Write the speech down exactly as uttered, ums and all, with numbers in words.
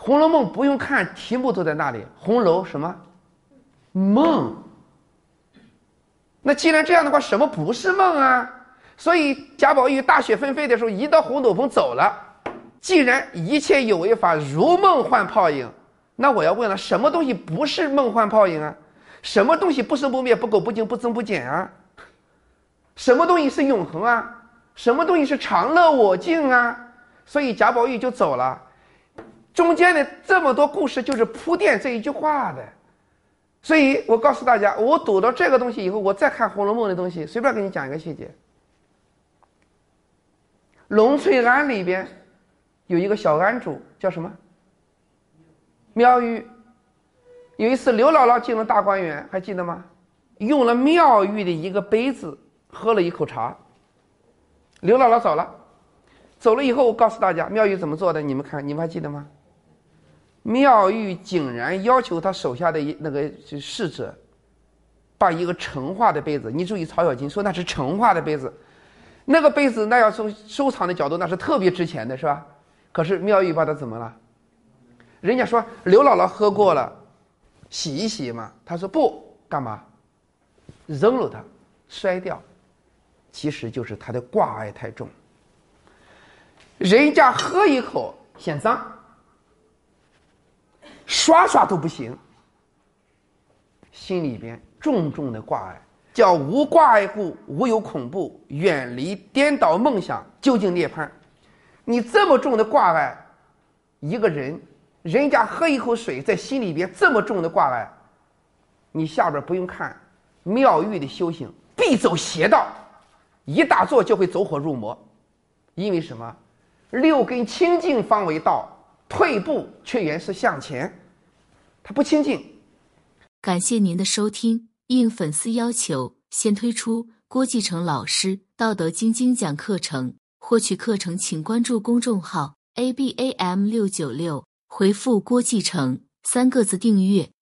红楼梦》不用看题目都在那里，红楼什么梦？那既然这样的话，什么不是梦啊？所以贾宝玉大雪纷飞的时候，一到红斗篷走了。既然一切有为法如梦幻泡影，那我要问了，什么东西不是梦幻泡影啊？什么东西不生不灭、不垢不净、不增不减啊？什么东西是永恒啊？什么东西是常乐我净啊？所以贾宝玉就走了。中间的这么多故事就是铺垫这一句话的。所以我告诉大家，我读到这个东西以后，我再看《红楼梦》的东西，随便给你讲一个细节。龙翠庵里边有一个小庵主叫什么？妙玉。有一次刘姥姥进了大观园，还记得吗？用了妙玉的一个杯子喝了一口茶。刘姥姥走了，走了以后，我告诉大家妙玉怎么做的，你们看，你们还记得吗？妙玉竟然要求他手下的那个侍者把一个成化的杯子，你注意曹小金说那是成化的杯子，那个杯子那要从收藏的角度那是特别值钱的，是吧？可是妙玉把它怎么了？人家说刘姥姥喝过了，洗一洗嘛，他说不，干嘛？扔了它，摔掉。其实就是他的挂碍太重，人家喝一口嫌脏，刷刷都不行，心里边重重的挂碍，叫无挂碍故，无有恐怖，远离颠倒梦想，究竟涅槃。你这么重的挂碍，一个人，人家喝一口水，在心里边这么重的挂碍，你下边不用看，妙玉的修行必走邪道，一打坐就会走火入魔。因为什么？六根清净方为道，退步却原是向前，他不清净。 感谢您的收听，应粉丝要求，先推出郭继承老师道德经精讲课程，获取课程请关注公众号 A B A M 六九六，回复郭继承三个字订阅。